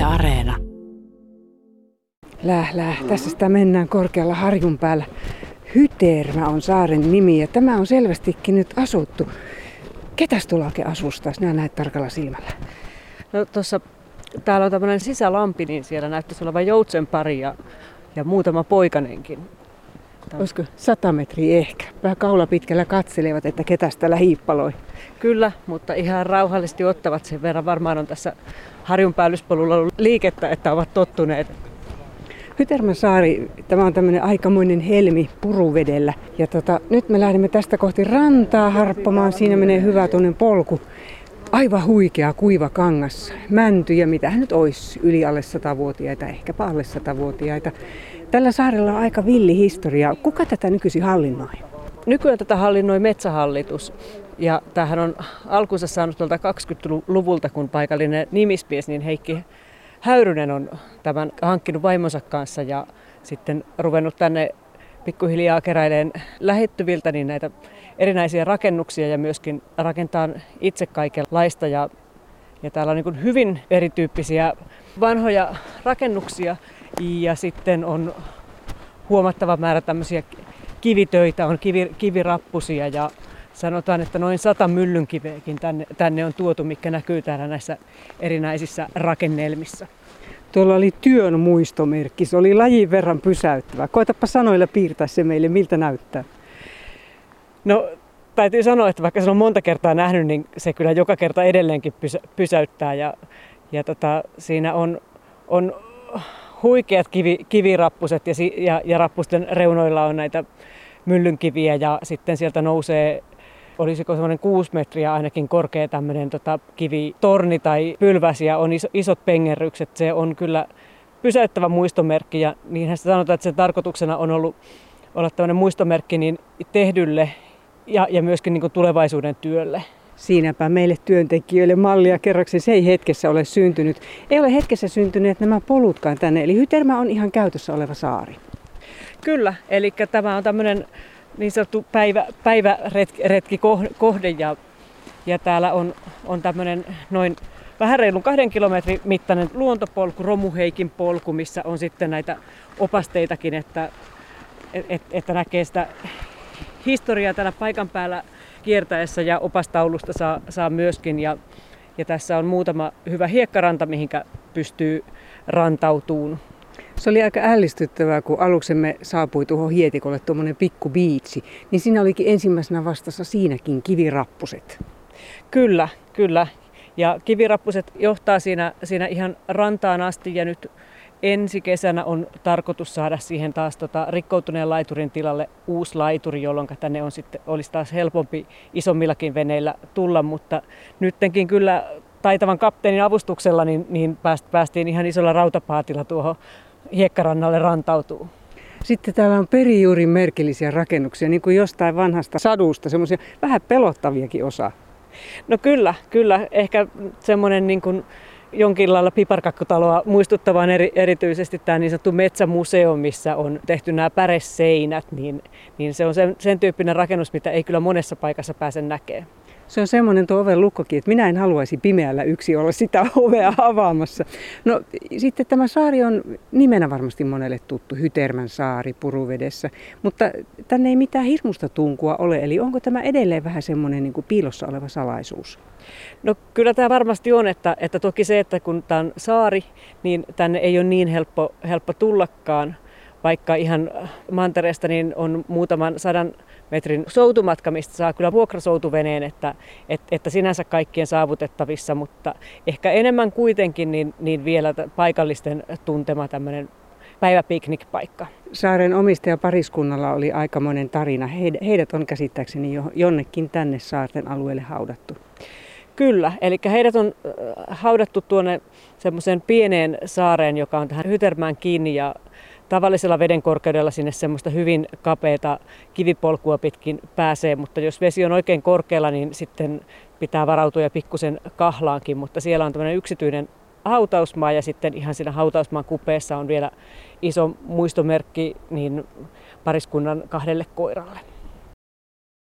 Areena. Tässä sitä mennään korkealla harjun päällä. Hytermä on saaren nimi ja tämä on selvästikin nyt asuttu. Ketäs tuolla oikein asustaisi? Nämä näet tarkalla silmällä. No täällä on tämmöinen sisälampi, niin siellä näyttäisi olevan joutsenpari ja muutama poikanenkin. Olisiko 100 metriä ehkä? Vähän kaula pitkällä katselevat, että ketäs täällä hiippaloi. Kyllä, mutta ihan rauhallisesti ottavat sen verran. Varmaan on tässä harjun päällyspolulla ollut liikettä, että ovat tottuneet. Hytermän saari, tämä on tämmöinen aikamoinen helmi Puruvedellä. Ja nyt me lähdemme tästä kohti rantaa harppamaan. Siinä menee hyvä tuonen polku. Aivan huikea kuiva kangas. Mäntyjä, mitähän nyt olisi yli alle 100-vuotiaita, ehkäpä alle 100-vuotiaita. Tällä saarella on aika villi historia. Kuka tätä nykyisin hallinnoi? Nykyään tätä hallinnoi Metsähallitus. Ja tämähän on alkunsa saanut tuolta 20-luvulta, kun paikallinen nimismies, niin Heikki Häyrynen on tämän hankkinut vaimonsa kanssa ja sitten ruvennut tänne pikkuhiljaa keräilemään lähettyviltä niin näitä erinäisiä rakennuksia ja myöskin rakentaa itse kaikenlaista. Ja täällä on niin kuin hyvin erityyppisiä vanhoja rakennuksia ja sitten on huomattava määrä tämmöisiä kivitöitä, on kivirappusia ja sanotaan, että noin 100 myllynkiveäkin tänne on tuotu, mikä näkyy täällä näissä erinäisissä rakennelmissa. Tuolla oli työn muistomerkki, se oli lajin verran pysäyttävä. Koetapa sanoilla piirtää se meille, miltä näyttää. No täytyy sanoa, että vaikka se on monta kertaa nähnyt, niin se kyllä joka kerta edelleenkin pysäyttää. Siinä on huikeat kivirappuset ja rappusten reunoilla on näitä myllynkiviä ja sitten sieltä nousee, olisiko semmoinen 6 metriä ainakin korkea tämmöinen kivitorni tai pylväs ja on isot pengerrykset. Se on kyllä pysäyttävä muistomerkki ja niinhän sitä sanotaan, että sen tarkoituksena on ollut olla tämmöinen muistomerkki niin tehdylle ja myöskin niin kuin tulevaisuuden työlle. Siinäpä meille työntekijöille mallia kerrokseen, se ei hetkessä ole syntynyt. Ei ole hetkessä syntyneet nämä polutkaan tänne, eli Hytermä on ihan käytössä oleva saari. Kyllä, eli tämä on tämmöinen niin sanottu päiväretkikohde ja täällä on tämmöinen noin vähän reilun 2 kilometrin mittainen luontopolku, Romuheikin polku, missä on sitten näitä opasteitakin, että näkee sitä historiaa täällä paikan päällä kiertäessä ja opastaulusta saa myöskin. Ja tässä on muutama hyvä hiekkaranta, mihinkä pystyy rantautumaan. Se oli aika ällistyttävää, kun aluksemme saapui tuohon Hietikolle tuommoinen pikku biitsi, niin siinä olikin ensimmäisenä vastassa siinäkin kivirappuset. Kyllä. Ja kivirappuset johtaa siinä ihan rantaan asti ja nyt ensi kesänä on tarkoitus saada siihen taas rikkoutuneen laiturin tilalle uusi laituri, jolloin tänne olisi taas helpompi isommillakin veneillä tulla, mutta nyttenkin kyllä taitavan kapteenin avustuksella niin päästiin ihan isolla rautapaatilla tuohon hiekkarannalle rantautuu. Sitten täällä on perijuurin merkillisiä rakennuksia, niin kuin jostain vanhasta sadusta, semmoisia vähän pelottaviakin osaa. No kyllä. Ehkä semmoinen niin kuin jonkin lailla piparkakkutaloa muistuttavaan erityisesti tämä niin sanottu metsämuseo, missä on tehty nämä päreseinät, niin se on sen tyyppinen rakennus, mitä ei kyllä monessa paikassa pääse näkemään. Se on semmoinen tuo oven lukkokin, että minä en haluaisi pimeällä yksin olla sitä ovea avaamassa. No sitten tämä saari on nimenä varmasti monelle tuttu, Hytermän saari Puruvedessä, mutta tänne ei mitään hirmusta tunkua ole, eli onko tämä edelleen vähän semmoinen niin kuin piilossa oleva salaisuus? No kyllä tämä varmasti on, että toki se, että kun tämä on saari, niin tänne ei ole niin helppo tullakaan, vaikka ihan mantereesta niin on muutaman 100 metrin soutumatka, mistä saa kyllä vuokrasoutuveneen, että sinänsä kaikkien saavutettavissa, mutta ehkä enemmän kuitenkin niin vielä paikallisten tuntema tämmöinen päiväpiknikpaikka. Saaren omistajapariskunnalla oli aikamoinen tarina. Heidät on käsittääkseni jonnekin tänne saarten alueelle haudattu. Kyllä, eli heidät on haudattu tuonne semmoiseen pieneen saareen, joka on tähän Hytermään kiinni ja tavallisella veden korkeudella sinne semmoista hyvin kapeata kivipolkua pitkin pääsee, mutta jos vesi on oikein korkealla, niin sitten pitää varautua ja pikkusen kahlaankin, mutta siellä on tämmöinen yksityinen hautausmaa ja sitten ihan siinä hautausmaan kupeessa on vielä iso muistomerkki niin pariskunnan 2 koiralle.